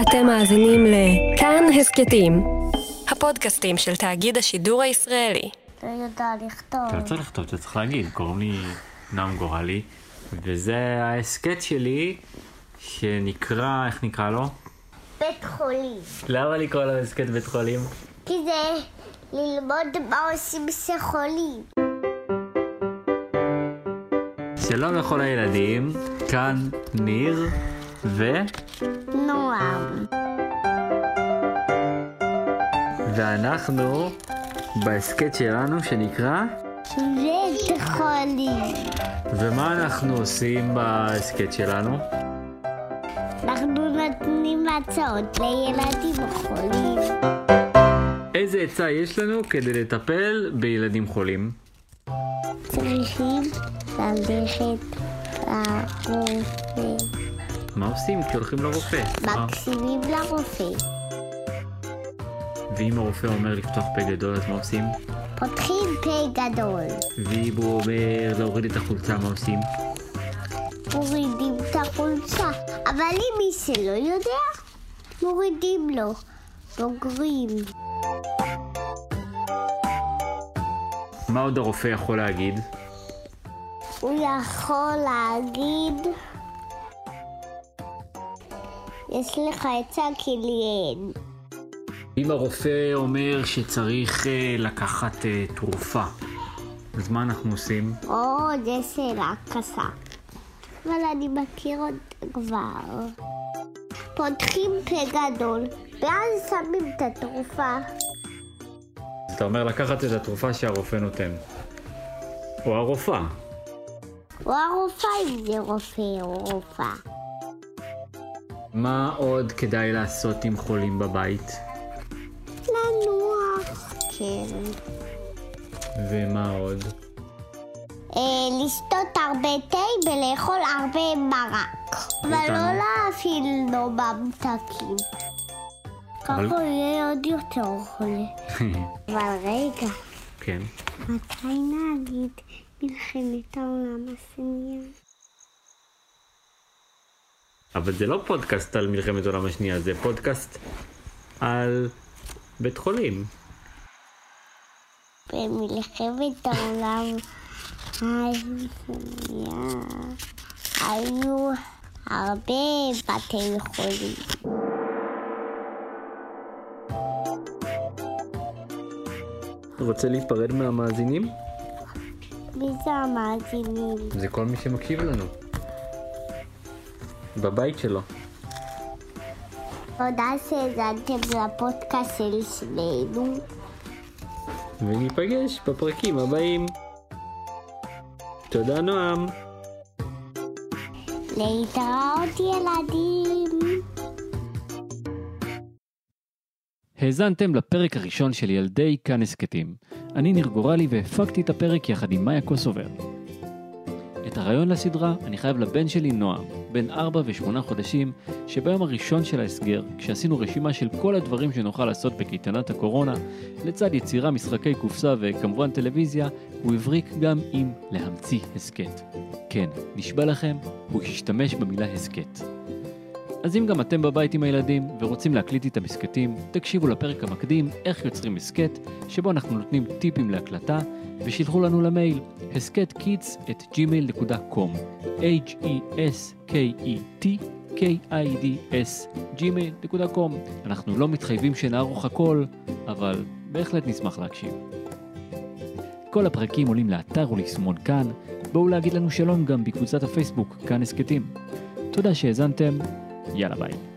אתם מאזינים לכאן הסקטים, הפודקאסטים של תאגיד השידור הישראלי. לא יודע לכתוב. אתה לא צריך לכתוב, אתה צריך להגיד. קוראים לי נעם גורלי, וזה ההסקט שלי שנקרא, איך נקרא לו? בית חולים. למה לקרוא לו הסקט בית חולים? כי זה ללמוד מה עושים בחולים. שלום לכל הילדים, כאן ניר נועם. ואנחנו בהסקט שלנו שנקרא בית חולים. ומה אנחנו עושים בהסקט שלנו? אנחנו נותנים הצעות לילדים חולים. איזה עצה יש לנו כדי לטפל בילדים חולים? צריכים ללכת לרופא. מה עושים? כי הולכים לרופא. מקשיבים לרופא. ואם הרופא אומר לפתוח פה גדול, אז מה עושים? פותחים פה גדול. ואם הוא אומר להוריד את החולצה, מה עושים? מורידים את החולצה. אבל אם מי שלא יודע, מורידים לו. בוגרים. מה עוד הרופא יכול להגיד? הוא יכול להגיד, יש לך עצה כליהן. אם הרופא אומר שצריך לקחת תרופה, אז מה אנחנו עושים? זה שאלה קשה. אבל אני מכיר אותה כבר. פותחים פה גדול, ואז שמים את התרופה. אתה אומר לקחת את התרופה שהרופא נותן. או הרופאה. או הרופאה אם זה רופא או רופאה. מה עוד כדאי לעשות עם חולים בבית? לנוח, כן. ומה עוד? לשתות הרבה תה ולאכול הרבה מרק. אבל לא להפעיל לו ממתקים. ככה יהיה עוד יותר חולה. אבל רגע. כן. מתי נגיד מלחמת העולם השנייה? אבל זה לא פודקאסט על מלחמת העולם השנייה, זה פודקאסט על בית חולים. במלחמת העולם השנייה היו הרבה בתי חולים. רוצה להיפרד מהמאזינים? מי זה המאזינים? זה כל מי שמקשיב לנו. בבית שלו. תודה שהזנתם לפודקאסט של שנינו. וניפגש בפרקים הבאים. תודה נועם. להתראות ילדים. האזנתם לפרק הראשון של ילדי כאן הסקטים. אני ניר גורלי והפקתי את הפרק יחד עם מאיה קוסובר. את הרעיון לסדרה אני חייב לבן שלי נועם, בן 4 ו8 חודשים, שביום הראשון של ההסגר, כשעשינו רשימה של כל הדברים שנוכל לעשות בקייטנת הקורונה, לצד יצירה, משחקי קופסה וכמובן טלוויזיה, הוא הבריק גם עם להמציא הסקט. כן, נשבע לכם, הוא השתמש במילה הסקט. אז אם גם אתם בבית עם הילדים ורוצים להקליט איתם הסקטים, תקשיבו לפרק המקדים איך יוצרים הסקט, שבו אנחנו נותנים טיפים להקלטה, ושילחו לנו למייל hesketkids@gmail.com hesketkids@gmail.com. אנחנו לא מתחייבים שנערוך הכל, אבל בהחלט נשמח להקשיב. כל הפרקים עולים לאתר וליישומון כאן, בואו להגיד לנו שלום גם בקבוצת הפייסבוק כאן הסקטים. תודה שהאזנתם, יאללה ביי.